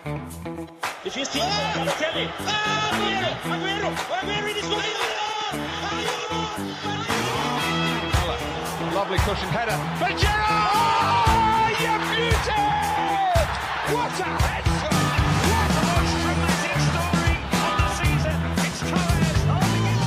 Det finns tid för Balotelli. Aguero in i skottet. Lovely cushion header. But Gerrard! You beauty! What a head! What the most dramatic story of the season. It's Torres holding it.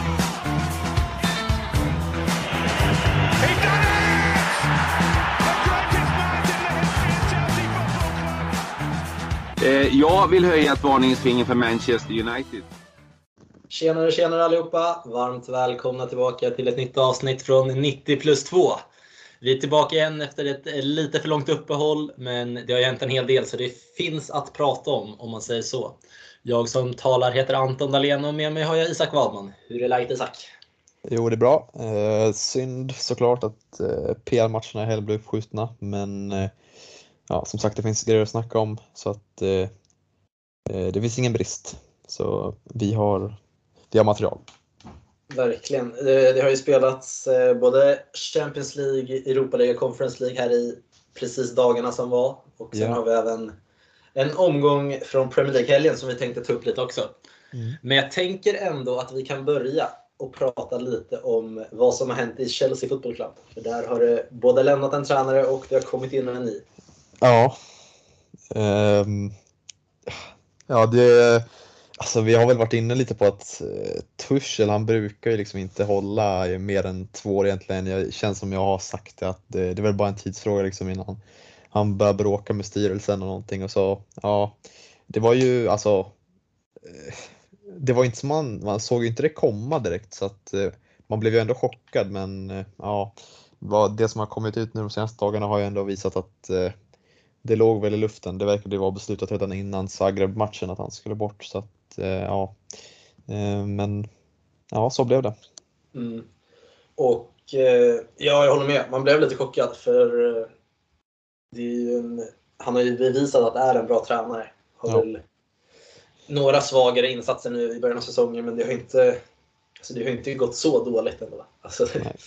He done it! The greatest man in the history of Chelsea Football Club. Jag vill höja ett varningsfinger för Manchester United. Tjenare allihopa, varmt välkomna tillbaka till ett nytt avsnitt från 90+2. Vi är tillbaka igen efter ett lite för långt uppehåll, men det har ju hänt en hel del så det finns att prata om man säger så. Jag som talar heter Anton Dahlén och med mig har jag Isak Wadman. Hur är läget, Isak? Jo, det är bra. Synd såklart att PL-matcherna helt blev uppskjutna, men ja, som sagt det finns grejer att snacka om så att det finns ingen brist. Så vi har material. Verkligen. Det har ju spelats både Champions League, Europa League och Conference League här i precis dagarna som var. Och sen har vi även en omgång från Premier League-helgen som vi tänkte ta upp lite också. Men jag tänker ändå att vi kan börja och prata lite om vad som har hänt i Chelsea Football Club. För där har det både lämnat en tränare och det har kommit in en ny. Ja. Ja, det... Alltså vi har väl varit inne lite på att Tuchel, han brukar ju liksom inte hålla mer än 2 år egentligen. Jag känns som jag har sagt det, att det är väl bara en tidsfråga liksom innan han börjar bråka med styrelsen och någonting. Och så, ja, det var ju alltså, det var inte som man såg ju inte det komma direkt, så att man blev ju ändå chockad. Men ja, det som har kommit ut nu de senaste dagarna har ju ändå visat att det låg väl i luften. Det verkade vara beslutat redan innan Zagreb-matchen att han skulle bort, så att ja, men ja, så blev det. Och ja, jag håller med. Man blev lite chockad för det är ju han har ju bevisat att det är en bra tränare. Har väl några svagare insatser nu i början av säsongen, men det har inte gått så dåligt ändå. Alltså,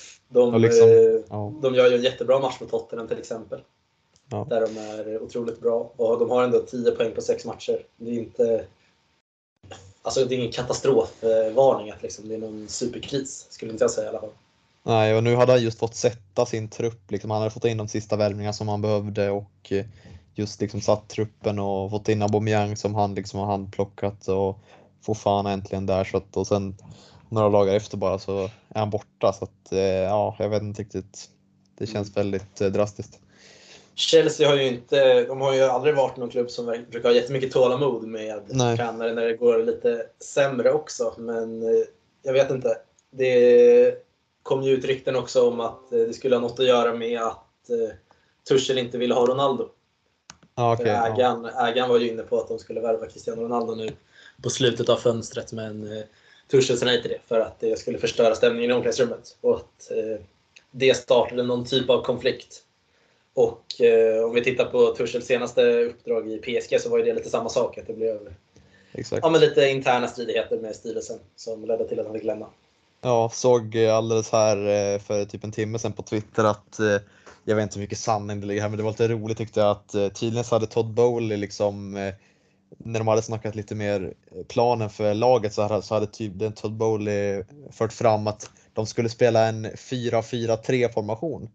de gör ju en jättebra match mot Tottenham till exempel. Ja. Där de är otroligt bra. Och de har ändå 10 poäng på 6 matcher. Det är inte... Alltså det är ingen katastrofvarning att liksom, det är någon superkris, skulle inte jag säga i alla fall. Nej, och nu hade han just fått sätta sin trupp. Liksom, han hade fått in de sista värvningar som han behövde och just liksom satt truppen och fått in Aubameyang som han liksom har handplockat och får fan äntligen där. Så att, och sen några dagar efter bara så är han borta. Så att ja, jag vet inte riktigt. Det känns väldigt drastiskt. Chelsea de har ju aldrig varit någon klubb som brukar ha jättemycket tålamod med tränare när det går lite sämre också. Men jag vet inte. Det kom ju ut rykten också om att det skulle ha något att göra med att Tuchel inte ville ha Ronaldo. Okay, ägaren var ju inne på att de skulle värva Cristiano Ronaldo nu på slutet av fönstret, men Tuchel sa nej till det för att det skulle förstöra stämningen i omklädningsrummet. Och att det startade någon typ av konflikt. Och om vi tittar på Tuchels senaste uppdrag i PSG så var det lite samma sak. Att det blev men lite interna stridigheter med styrelsen som ledde till att han fick lämna. Ja, såg alldeles här för typ en timme sedan på Twitter att jag vet inte hur mycket sanning det ligger här, men det var lite roligt tyckte jag att tydligen så hade Todd Bowley liksom när de hade snackat lite mer planen för laget så hade tydligen Todd Bowley fört fram att de skulle spela en 4-4-3 formation.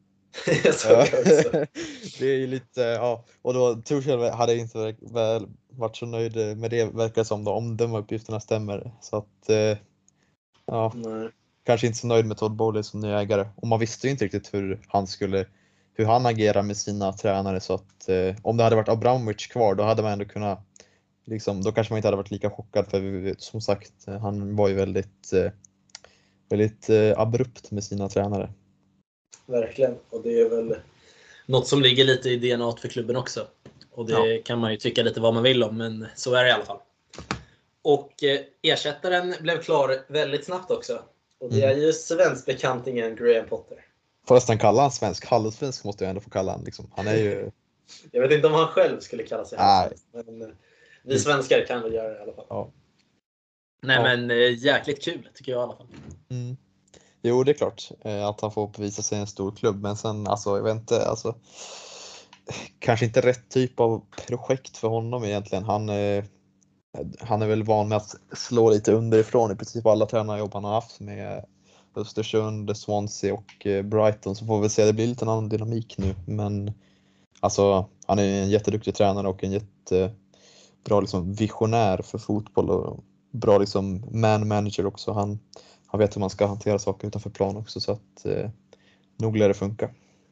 Det är ju lite, ja, och då Tuchel hade inte väl varit så nöjd med det, verkar som då, om de uppgifterna stämmer, så att ja, kanske inte så nöjd med Todd Bowley som ny ägare, och man visste ju inte riktigt hur han agerar med sina tränare, så att om det hade varit Abramovich kvar då hade man ändå kunnat liksom, då kanske man inte hade varit lika chockad, för som sagt han var ju väldigt abrupt med sina tränare. Verkligen, och det är väl något som ligger lite i DNA för klubben också. Och det kan man ju tycka lite vad man vill om, men så är det i alla fall. Och ersättaren blev klar väldigt snabbt också. Och det är ju svenskbekantingen Graham Potter. Förresten kalla han svensk, halvsvensk måste jag ändå få kalla han. Liksom. Han är ju... Jag vet inte om han själv skulle kalla sig halvsvensk, men vi svenskar kan väl göra det i alla fall. Ja. Nej, men jäkligt kul tycker jag i alla fall. Jo, det är klart att han får bevisa sig i en stor klubb, men sen alltså jag vet inte, alltså kanske inte rätt typ av projekt för honom egentligen. Han är väl van med att slå lite underifrån i princip alla tränarjobb han har haft med Östersund, Swansea och Brighton, så får vi se, det blir lite en annan dynamik nu, men alltså han är en jätteduktig tränare och en jättebra liksom visionär för fotboll och bra liksom man-manager också. Han vet hur man ska hantera saker utanför plan också, så att nog lär det funka.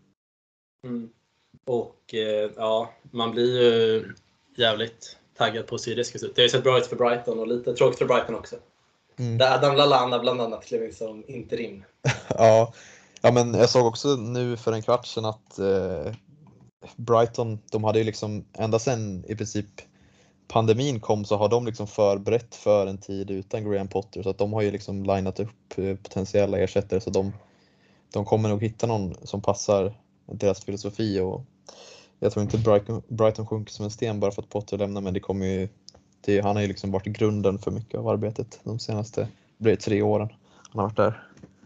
Och ja, man blir ju jävligt taggad på att se det ska se ut. Det har ju sett bra ut för Brighton och lite tråkigt för Brighton också. Där Adam Lallana bland annat klev in som interim. Ja, men jag såg också nu för en kvart sedan att Brighton, de hade ju liksom ända sedan i princip pandemin kom så har de liksom förberett för en tid utan Graham Potter, så att de har ju liksom linat upp potentiella ersättare, så de kommer nog hitta någon som passar deras filosofi, och jag tror inte Brighton sjunker som en sten bara för att Potter lämnar, men det kommer ju, han har ju liksom varit grunden för mycket av arbetet de senaste 3 åren han har varit där.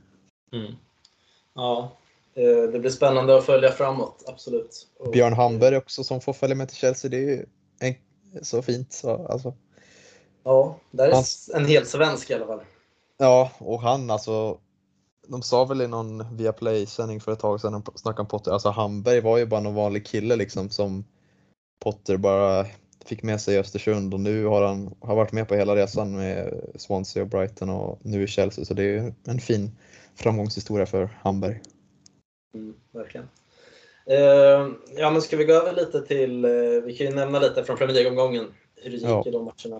Ja, det blir spännande att följa framåt, absolut. Och Björn Hamberg också som får följa med till Chelsea, det är ju så fint så, alltså. Ja, där är en helt svensk i alla fall. Ja, och han alltså, de sa väl i någon Viaplay-sändning för ett tag sedan de snackade om Potter, alltså Hamberg var ju bara någon vanlig kille liksom som Potter bara fick med sig i Östersund, och nu har varit med på hela resan med Swansea och Brighton och nu i Chelsea, så det är en fin framgångshistoria för Hamberg. Verkligen. Ja, men ska vi gå över lite till, vi kan ju nämna lite från Premier League-omgången hur det gick i de matcherna.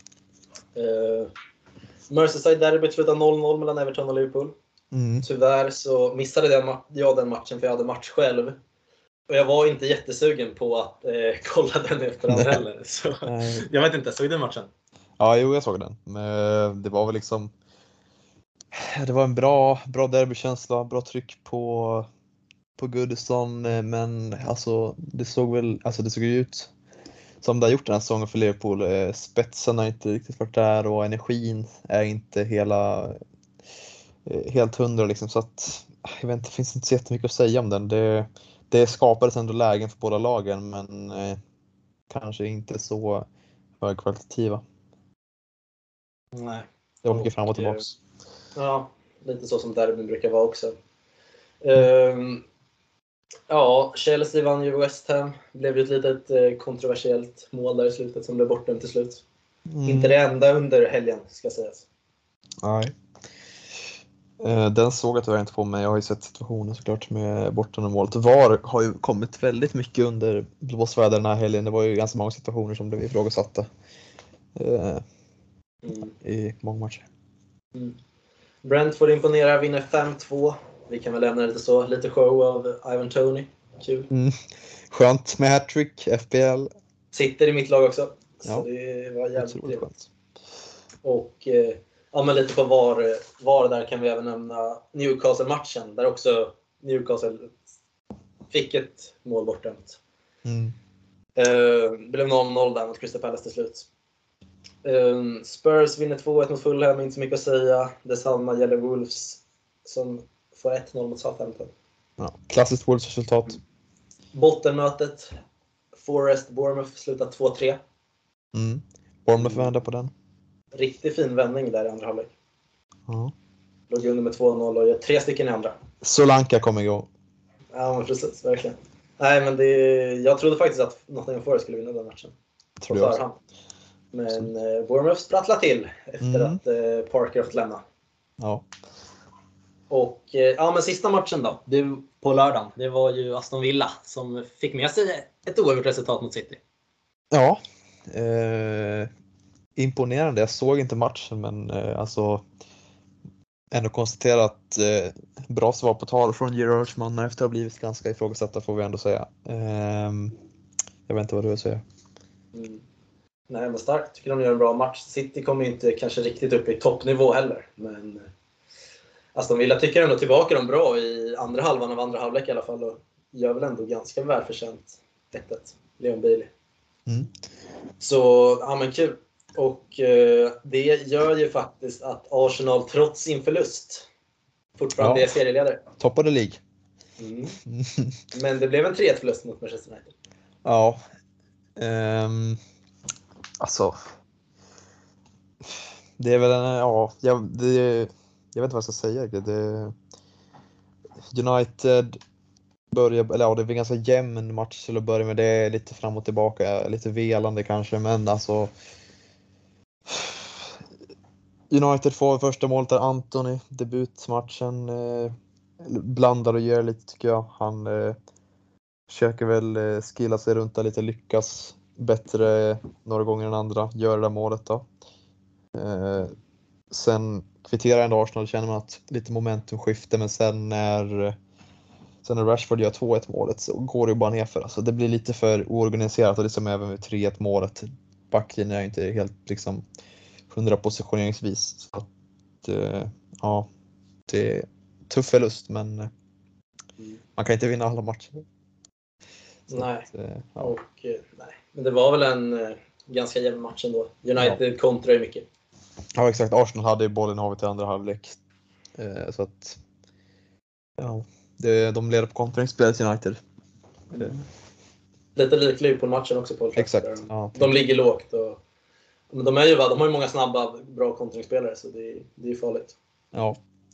Merseyside-derbyt slutade 0-0 mellan Everton och Liverpool. Tyvärr så missade jag den matchen för jag hade match själv. Och jag var inte jättesugen på att kolla den efterhand heller. Så, jag vet inte, såg du matchen? Ja, jo, jag såg den. Men det var väl liksom, det var en bra derbykänsla, bra tryck på Goodison, men alltså det såg ut som det har gjort den här säsongen för Liverpool. Spetsen har inte riktigt varit där och energin är inte helt hundra liksom, så att jag vet inte, det finns inte så jättemycket att säga om den. Det skapades ändå lägen för båda lagen, men kanske inte så högkvalitativa. Nej. Det var mycket fram och tillbaka. Ja, lite så som derbyn brukar vara också. Ja, Chelsea vann ju West Ham. Blev ju ett litet kontroversiellt mål där i slutet som blev bortdömt till slut. Inte det enda under helgen, ska sägas. Nej. Den såg jag tyvärr inte på, men jag har ju sett situationen såklart med bortdömda målet. VAR har ju kommit väldigt mycket under blåsväder den här helgen. Det var ju ganska många situationer som blev ifrågasatta i många matcher. Brentford imponerar, vinner 5-2. Vi kan väl lämna lite så. Lite show av Ivan Toney. Kul. Skönt med hattrick, FPL. Sitter i mitt lag också. Ja. Så det var jävligt skönt. Och ja, men lite på VAR där kan vi även nämna Newcastle-matchen. Där också Newcastle fick ett mål bortdömt. Blev 0-0 där mot Crystal Palace till slut. Spurs vinner 2-1 mot Fulham, inte så mycket att säga. Detsamma gäller Wolves som får 1-0 mot Southampton. Ja, klassiskt Wolves-resultat. Bottenmötet Forest-Bournemouth slutar 2-3. Bournemouth vände på den. Riktigt fin vändning där i andra halvlek. Ja. Låg under med 2-0 och gör 3 stycken i andra. Solanka kom igång. Ja, men precis, verkligen. Nej, men jag trodde faktiskt att Nottingham Forest skulle vinna den matchen. Tror jag också. Men Bournemouth sprattlade till efter att Parker fått lämna. Ja. Och ja, men sista matchen då, på lördagen, det var ju Aston Villa som fick med sig ett oavgjort resultat mot City. Ja, imponerande. Jag såg inte matchen, men alltså ändå konstatera att bra svar på tal från Gerards mannar efter att ha blivit ganska ifrågasatta, får vi ändå säga. Jag vet inte vad du vill säga. Nej, men starkt. Tycker de gör en bra match. City kommer inte kanske riktigt upp i toppnivå heller, men Aston Villa tycker ändå tillbaka dem bra i andra halvan av andra halvlek i alla fall, och gör väl ändå ganska välförtjänt 1-1. Leon Bailey. Så ja, men kul. Och det gör ju faktiskt att Arsenal trots sin förlust fortfarande är serieledare. Toppade League. Men det blev en 3-1-förlust mot Manchester United. Ja. Alltså. Det är väl en, ja, jag vet inte vad jag ska säga. United börjar, eller ja, det är en ganska jämn match till att börja med. Det är lite fram och tillbaka, lite velande kanske, men alltså United får första målet där Antony, debutmatchen, blandar och gör lite tycker jag. Han försöker väl skilla sig runt där lite, lyckas bättre några gånger än andra, gör det där målet då. Sen kvitterar ändå Arsenal, känner man att lite momentumskifte, men sen när Rashford gör 2-1 målet så går det ju bara nerför. Alltså det blir lite för oorganiserat, och det som även med 3-1 målet. Backlinjen är inte helt liksom 100 positioneringsvis. Så att, ja, det är tuff förlust, men man kan inte vinna alla matcher. Nej. Att, ja. Och, nej. Men det var väl en ganska jämn match ändå. United kontrar ju mycket. Ja, exakt. Arsenal hade ju bollen av till andra halvlek. Så att ja, de leder på kontringsspelet United. Lite lik Liverpool-matchen också på Old Trafford. Exakt. Ja, de ligger lågt. Men de har ju många snabba, bra kontringsspelare, så det är farligt. Ja.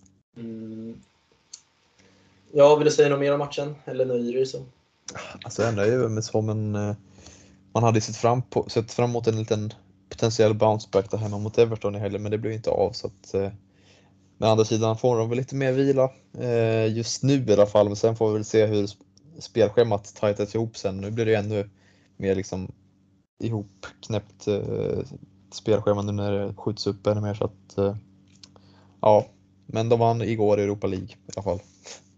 Ja, vill du säga något mer om matchen? Eller nöjer du dig så? Alltså jag nöjer mig med som man hade sett fram emot en liten potentiell bounceback där hemma mot Everton i helgen, men det blev inte av, så att med andra sidan får de väl lite mer vila just nu i alla fall, men sen får vi väl se hur spelschemat tajtas ihop sen. Nu blir det ännu mer liksom ihopknäppt spelschema nu när det skjuts upp ännu mer, så att ja, men de vann igår i Europa League i alla fall.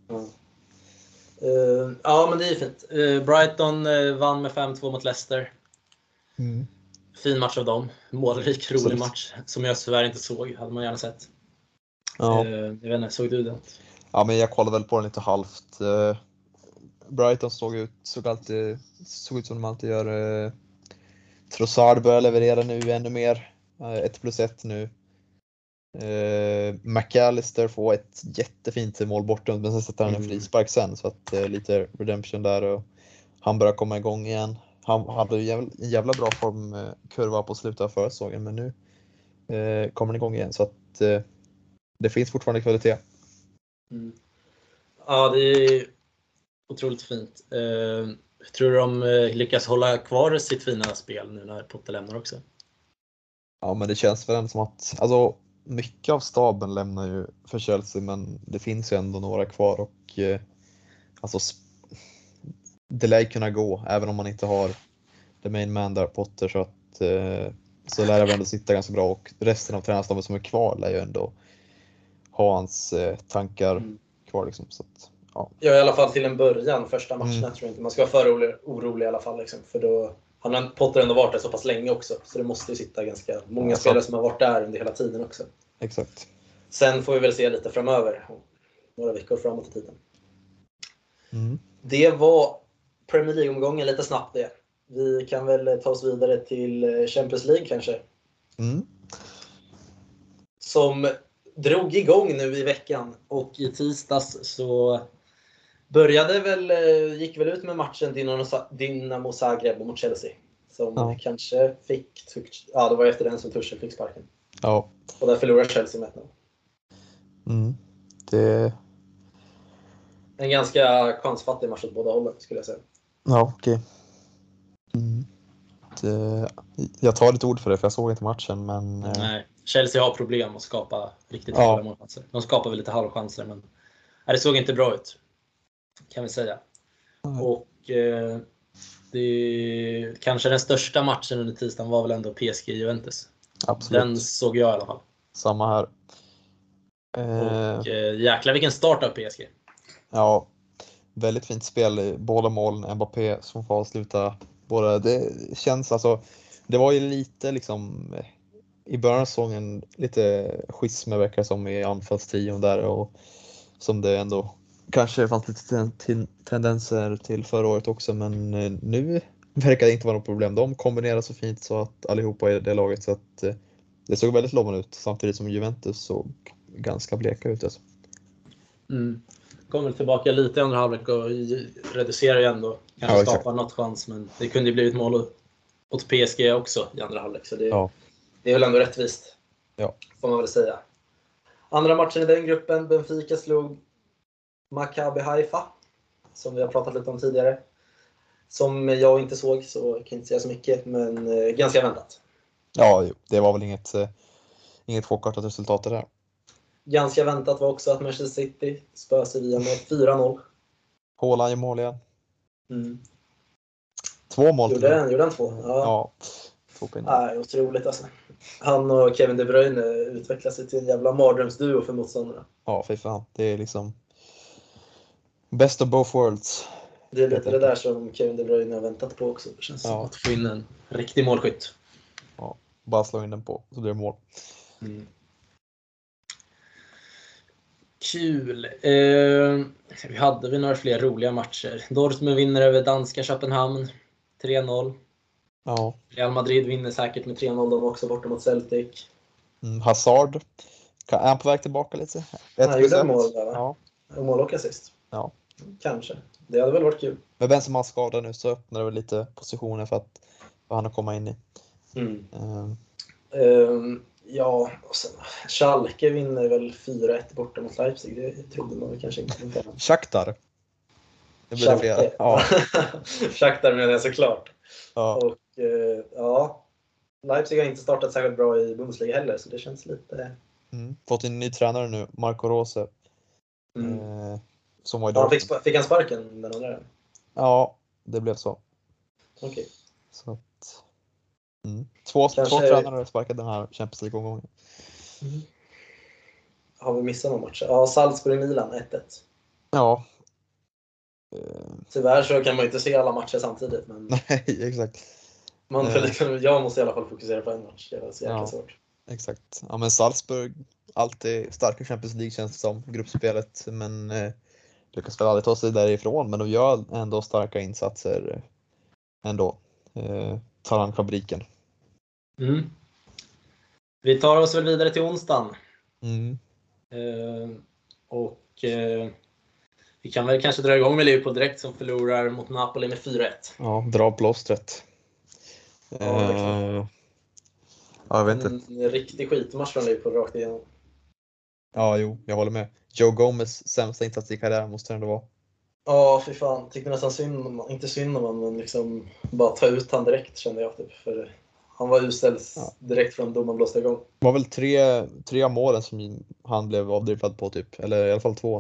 Ja, men det är fint. Brighton vann med 5-2 mot Leicester. Fin match av dem. Målrik, rolig match som jag tyvärr inte såg. Hade man gärna sett. Ja. Jag vet inte, såg du den? Ja, men jag kollade väl på den lite halvt. Brighton såg ut som de alltid gör. Trossard börjar leverera nu ännu mer. 1+1 nu. McAllister får ett jättefint mål bortom, men sen sätter han en frispark sen, så att lite redemption där, och han börjar komma igång igen. Han hade en jävla bra formkurva på slutet av förra säsongen, men nu kommer han igång igen, så att det finns fortfarande kvalitet. Ja, det är otroligt fint. Tror du de lyckas hålla kvar sitt fina spel nu när Potter lämnar också? Ja, men det känns väl ändå som att alltså, mycket av staben lämnar ju för Chelsea, men det finns ju ändå några kvar, och alltså det lär kunna gå även om man inte har the main man där, Potter, så att så lär det ändå sitta ganska bra, och resten av tränarstaben som är kvar lär ju ändå ha hans tankar kvar liksom, så att, ja. Ja, i alla fall till en början, första matchen tror jag inte man ska vara för orolig i alla fall liksom, för då har Potter ändå varit där så pass länge också, så det måste ju sitta ganska många spelare som har varit där under hela tiden också. Exakt. Sen får vi väl se lite framöver, några veckor framåt i tiden. Det var Premier League-omgången lite snabbt det. Vi kan väl ta oss vidare till Champions League kanske. Som drog igång nu i veckan, och i tisdags så gick väl ut med matchen Dinamo Zagreb mot Chelsea. Som kanske fick, det var efter den som Tuchel fick sparken. Ja. Och där förlorade Chelsea med 1-0. Det en ganska chansfattig match åt båda hållen skulle jag säga. Ja, okej. Jag tar ett ord för det, för jag såg inte matchen, men nej, Chelsea har problem att skapa riktigt stora målchanser. De skapar väl lite halvchanser, men det såg inte bra ut, kan vi säga. Och det kanske den största matchen under tisdagen var väl ändå PSG-Juventus. Absolut. Den såg jag i alla fall. Samma här. Och jäklar vilken start av PSG. Ja, väldigt fint spel i båda målen. Mbappé som får avsluta båda. Det känns alltså, det var ju lite liksom i början av säsongen lite schismer verkar som i anfallstrion där, och som det ändå kanske fanns lite tendenser till förra året också, men nu verkar det inte vara något problem. De kombinerar så fint så att allihopa i det laget, så att det såg väldigt lovande ut, samtidigt som Juventus såg ganska bleka ut alltså. kommer tillbaka lite i andra halvlek och reducerar ju ändå. Kanske skapar något chans, men det kunde ju blivit mål åt PSG också i andra halvlek. Så det är väl ändå rättvist. Ja. Får man väl säga. Andra matchen i den gruppen, Benfica slog Maccabi Haifa, som vi har pratat lite om tidigare. Som jag inte såg, så jag kan inte säga så mycket, men ganska väntat. Ja, det var väl inget chockartat resultat där. Ganska väntat var också att Manchester City spöade Sevilla med 4-0. Haaland i mål igen. Mm. 2 mål. Gjorde han 2? Ja. 2 pinnar. Nej, otroligt alltså. Han och Kevin De Bruyne utvecklar sig till en jävla mardrömsduo för motståndarna. Ja, fy fan. Det är liksom best of both worlds. Det är lite det där som Kevin De Bruyne har väntat på också. Det känns som att få in en riktig målskytt. Ja, bara slå in den på så blir det mål. Mm. Kul. Vi hade några fler roliga matcher. Dortmund vinner över danska Köpenhamn 3-0. Ja. Real Madrid vinner säkert med 3-0 de också borta mot Celtic. Hazard. Är han på väg tillbaka lite? Han gjorde mål där, va? Ja. Och mål och assist. Ja. Kanske. Det hade väl varit kul. Med Benzema skadad nu så öppnar det väl lite positioner för han att komma in i. Ja, och sen Schalke vinner väl 4-1 borta mot Leipzig. Det trodde man väl kanske inte. Shakhtar. Det blir det flera. Ja. Shakhtar menar jag såklart. Ja. Och Leipzig har inte startat särskilt bra i Bundesliga heller, så det känns lite... Fått en ny tränare nu, Marco Rose. Som var idag. Fick han sparken den andra? Ja, det blev så. Okej. Så att... Två tränare sparkade den här Champions League-omgången. Har vi missat någon match? Ja, Salzburg-Milan 1-1. Ja. Tyvärr så kan man inte se alla matcher samtidigt. Men... Nej, exakt. Jag måste i alla fall fokusera på en match. Det är så jäkla svårt. Exakt. Ja, men Salzburg, alltid starka Champions League känns det som, gruppspelet. Men lyckas väl aldrig ta sig därifrån. Men de gör ändå starka insatser ändå. Talangfabriken. Vi tar oss väl vidare till onsdagen. Vi kan väl kanske dra igång med Liverpool direkt, som förlorar mot Napoli med 4-1. Ja, dra plåstret. Jag vet inte. En riktig skitmatch från Liverpool rakt igenom. Ja, jo, jag håller med. Joe Gomez sämsta insats i karriären måste det ändå vara. Ja, fy fan. Tyckte nästan inte synd om honom, men liksom bara ta ut han direkt, kände jag typ. För han var utställd direkt från domaren blåste igång. Det var väl tre av målen som han blev avdrivad på typ, eller i alla fall 2.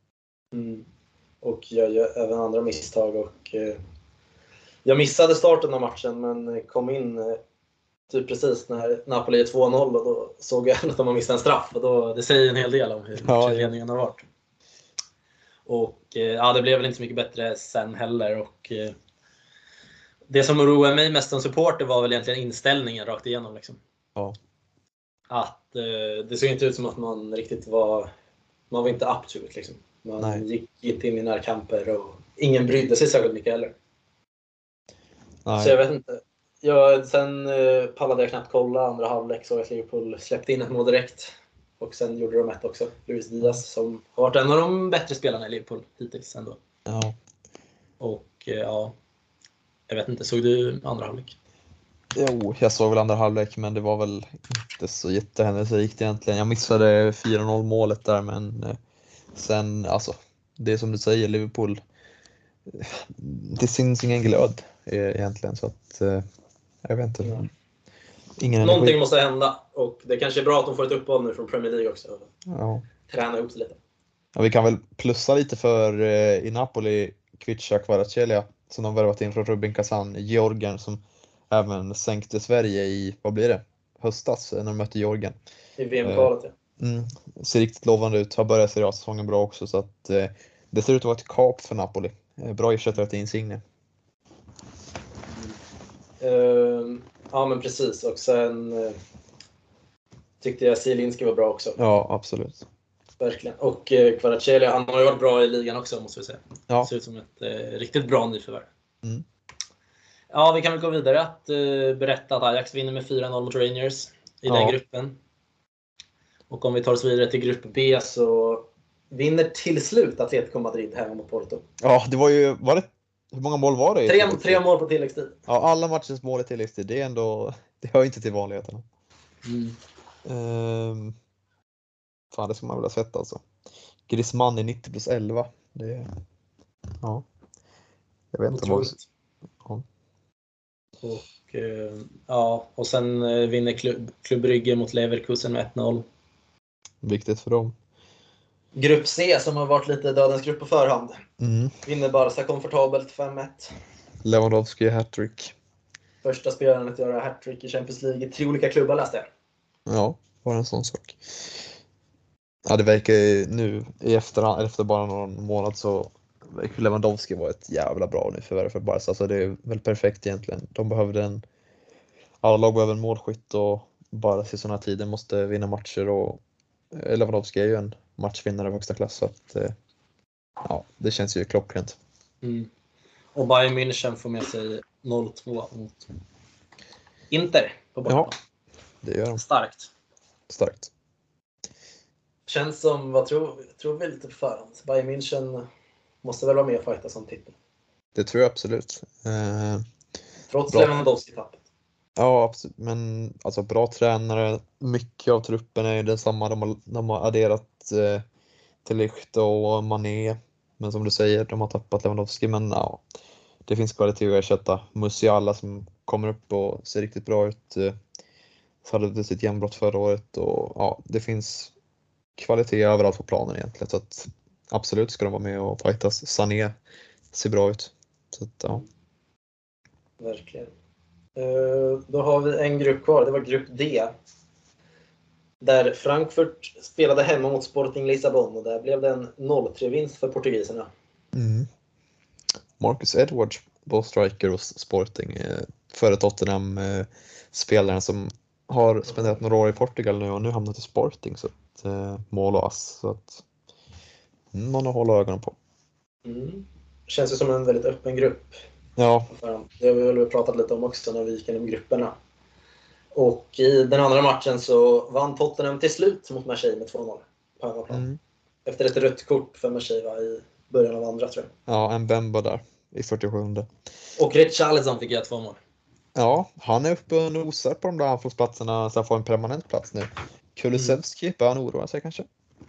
Och jag gör även andra misstag och jag missade starten av matchen, men kom in typ precis när Napoli är 2-0 och då såg jag att de har missat en straff, och det säger en hel del om hur matchledningen har varit. Och det blev väl inte så mycket bättre sen heller, och det som oroade mig mest som supporter var väl egentligen inställningen rakt igenom liksom. Ja. Att det såg inte ut som att man riktigt man var inte up to it liksom. Man gick inte in i närkamper och ingen brydde sig särskilt mycket heller. Nej. Så jag vet inte. Sen pallade jag knappt kolla andra halvlek, så att Liverpool släppte in ett mål direkt. Och sen gjorde de ett också. Luis Diaz, som har varit en av de bättre spelarna i Liverpool hittills ändå. Ja. Och jag vet inte, såg du andra halvlek? Jo, jag såg väl andra halvlek, men det var väl inte så jättehändelserikt egentligen. Jag missade 4-0 målet där, men sen, alltså, det är som du säger, Liverpool, det syns ingen glöd egentligen, så att jag vet inte. Någonting måste hända, och det kanske är bra att de får ett uppehåll nu från Premier League också. Ja. Träna ihop sig lite. Ja, vi kan väl plussa lite för i Napoli, Kvicha Kvaratskhelia, som de värvat in från Rubin Kazan, Georgien, som även sänkte Sverige i, vad blir det, höstas när de mötte Georgien. I VM-kvalet, ser riktigt lovande ut, har börjat säsongen bra också, så att det ser ut att vara ett kap för Napoli. Bra ersättare till Insigne. Ja, men precis. Och sen tyckte jag Zielinski var bra också. Ja, absolut. Verkligen. Och Kvaratskhelia, han har ju varit bra i ligan också, måste vi säga. Ja. Ser ut som ett riktigt bra nyförvärv. Ja, vi kan väl gå vidare att berätta att Ajax vinner med 4-0 mot Rangers i den gruppen. Och om vi tar oss vidare till grupp B, så vinner till slut Atletico Madrid hemma mot Porto. Ja, det var ju... hur många mål var det? Tre mål på tilläggstid. Ja, alla matchens mål i tilläggstid. Det är ändå... Det hör inte till vanligheterna. Fan, det ska man väl ha sett alltså. Griezmann i 90+11. Det... Ja. Jag vet inte vad... Ja. Och sen vinner Klubb Brygge mot Leverkusen med 1-0. Viktigt för dem. Grupp C som har varit lite dödens grupp på förhand. Vinner Barca komfortabelt 5-1. Lewandowski hattrick. Första spelaren att göra hattrick i Champions League i 3 olika klubbar läste jag. Ja, bara en sån sak. Ja, det verkar ju nu i efterhand, efter bara någon månad så verkar Lewandowski vara ett jävla bra nyförvärv för Barca. Alltså det är väl perfekt egentligen. De behövde alla lag behöver en målskytt och Barca i sådana tider måste vinna matcher och Lewandowski är ju en matchvinnare av högsta klass så att ja, det känns ju klockrent. Och Bayern München får med sig 0-2 mot Inter på bortaplan. Ja, det gör de. Starkt. Känns som, vad tror vi lite på förhand? Bayern München måste väl vara med och fighta som titel. Det tror jag absolut. Trots Lewandowski-tappet. Ja, absolut. Men alltså bra tränare. Mycket av truppen är densamma. De har adderat till Ligt och Mané. Men som du säger, de har tappat Lewandowski. Men ja, det finns kvalitet att ersätta. Musiala som kommer upp och ser riktigt bra ut. Så hade det sitt genombrott förra året. Och ja, det finns kvalitet överallt på planen egentligen. Så att absolut ska de vara med och fightas. Sané ser bra ut. Så att, ja. Verkligen. Då har vi en grupp kvar. Det var grupp D. Där Frankfurt spelade hemma mot Sporting Lissabon. Och där blev det en 0-3-vinst för portugiserna. Marcus Edwards var striker hos Sporting. Före Tottenham. Spelaren som har spenderat några år i Portugal nu och nu hamnat i Sporting. Så att, mål och ass. Så att någon att hålla ögonen på. Känns ju som en väldigt öppen grupp. Ja. Det har vi väl pratat lite om också när vi gick igenom grupperna. Och i den andra matchen så vann Tottenham till slut mot Marseille med 2-0 på hemmaplan. Efter ett rött kort för Marseille i början av andra tror jag. Ja, en Bemba där i 47:e. Och Richarlison fick göra 2 mål. Ja, han är uppe och nosar på de där anfallsplatserna så han får en permanent plats nu. Kulusevski, bör han oroa sig kanske?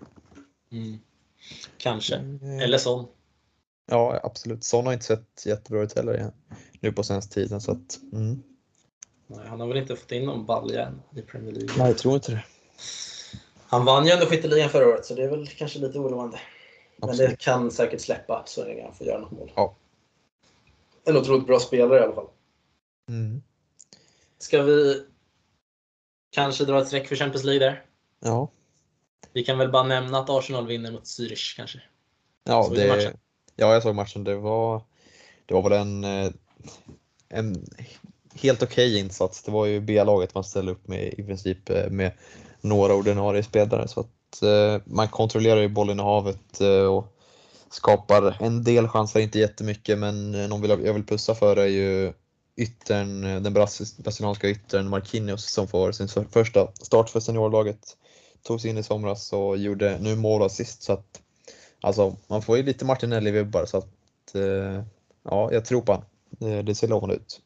Kanske. Eller Son. Ja, absolut. Son har inte sett jättebra ut heller nu på senaste tiden. Så att, Nej, han har väl inte fått in någon balja än i Premier League. Nej, jag tror inte det. Han vann ju ändå skytteligan förra året så det är väl kanske lite oroande. Absolut. Men det kan säkert släppa så länge han får göra något mål. Ja. En otroligt bra spelare i alla fall. Ska vi kanske dra ett streck för Champions League där? Ja. Vi kan väl bara nämna att Arsenal vinner mot Zürich kanske. Ja, jag såg matchen. Det var väl en helt okej insats. Det var ju B-laget man ställde upp med i princip med några ordinarie spelare. Så att man kontrollerar ju bollen i havet och skapar en del chanser, inte jättemycket. Men jag vill pussa för är ju den brasilianska yttern Marquinhos som får sin första start för seniorlaget. Tog sig in i somras och gjorde nu mål och assist. Så att alltså, man får ju lite Martinelli-vibbar så att ja, jag tror på han. Det ser lovande ut.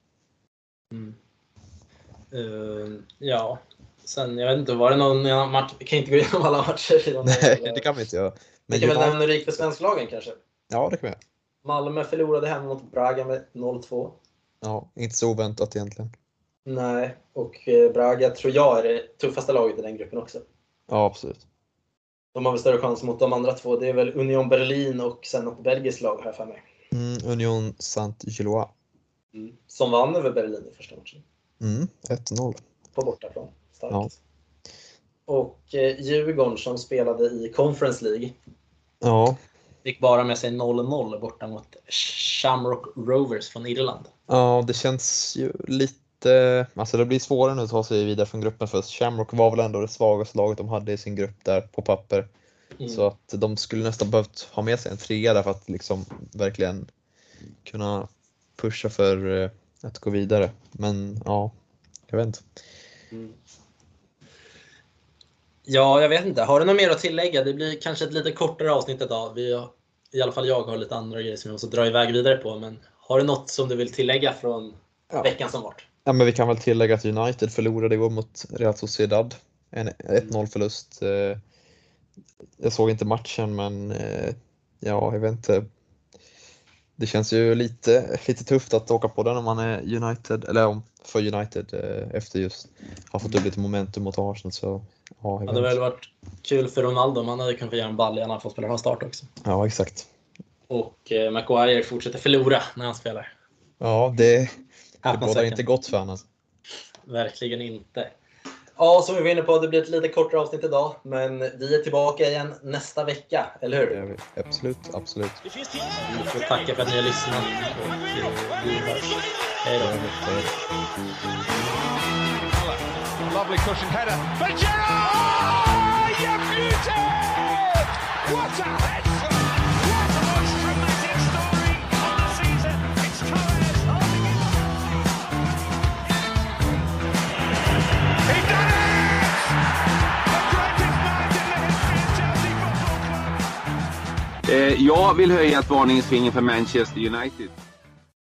Ja, sen jag vet inte, var det någon match? Vi kan inte gå igenom alla matcher. Nej, det kan vi inte göra. Men vi kan väl nämna Rik för svensklagen kanske? Ja, det kan vi göra. Malmö förlorade hemma mot Braga med 0-2. Ja, inte så oväntat egentligen. Nej, och Braga tror jag är det tuffaste laget i den gruppen också. Ja, absolut. De har väl större chans mot de andra två. Det är väl Union Berlin och sen något belgiskt lag här för mig. Union Saint-Gilloise. Som vann över Berlin i första matchen. 1-0. På bortaplan. Starkt. Ja. Och Djurgården som spelade i Conference League. Ja. Fick bara med sig 0-0 borta mot Shamrock Rovers från Irland. Ja, det känns ju lite... Alltså det blir svårare nu att ta sig vidare från gruppen för Shamrock var väl ändå det svagaste laget de hade i sin grupp där på papper. Så att de skulle nästan behövt ha med sig en 3 där för att liksom verkligen kunna pusha för att gå vidare. Men ja, jag vet inte. Ja, jag vet inte. Har du något mer att tillägga? Det blir kanske ett lite kortare avsnitt idag. I alla fall jag har lite andra grejer som vi måste dra iväg vidare på. Men har du något som du vill tillägga från veckan som varit? Ja, men vi kan väl tillägga att United förlorade igår mot Real Sociedad. En 1-0 förlust. Jag såg inte matchen, men ja, jag vet inte. Det känns ju lite tufft att åka på den när man är United, eller för United efter just har fått upp lite momentum mot Arsenal. Så, ja, det hade väl varit kul för Ronaldo om han hade kunnat få göra en ball i alla fall spela från start också. Ja, exakt. Och Maguire fortsätter förlora när han spelar. Ja, det bådar inte gott för honom. Verkligen inte. Ja, som vi var inne på, det blir ett lite kortare avsnitt idag. Men vi är tillbaka igen nästa vecka, eller hur? Absolut. Vi får tacka för att ni har lyssnat. Och vi hörs. Hej då. Lovely cushion header. For Gerrard! You beauty! What a head! What the most dramatic story of the season. It's Torres holding it. He done it! The greatest night in the history of Chelsea Football Club. Jag vill höja ett varningens finger för Manchester United.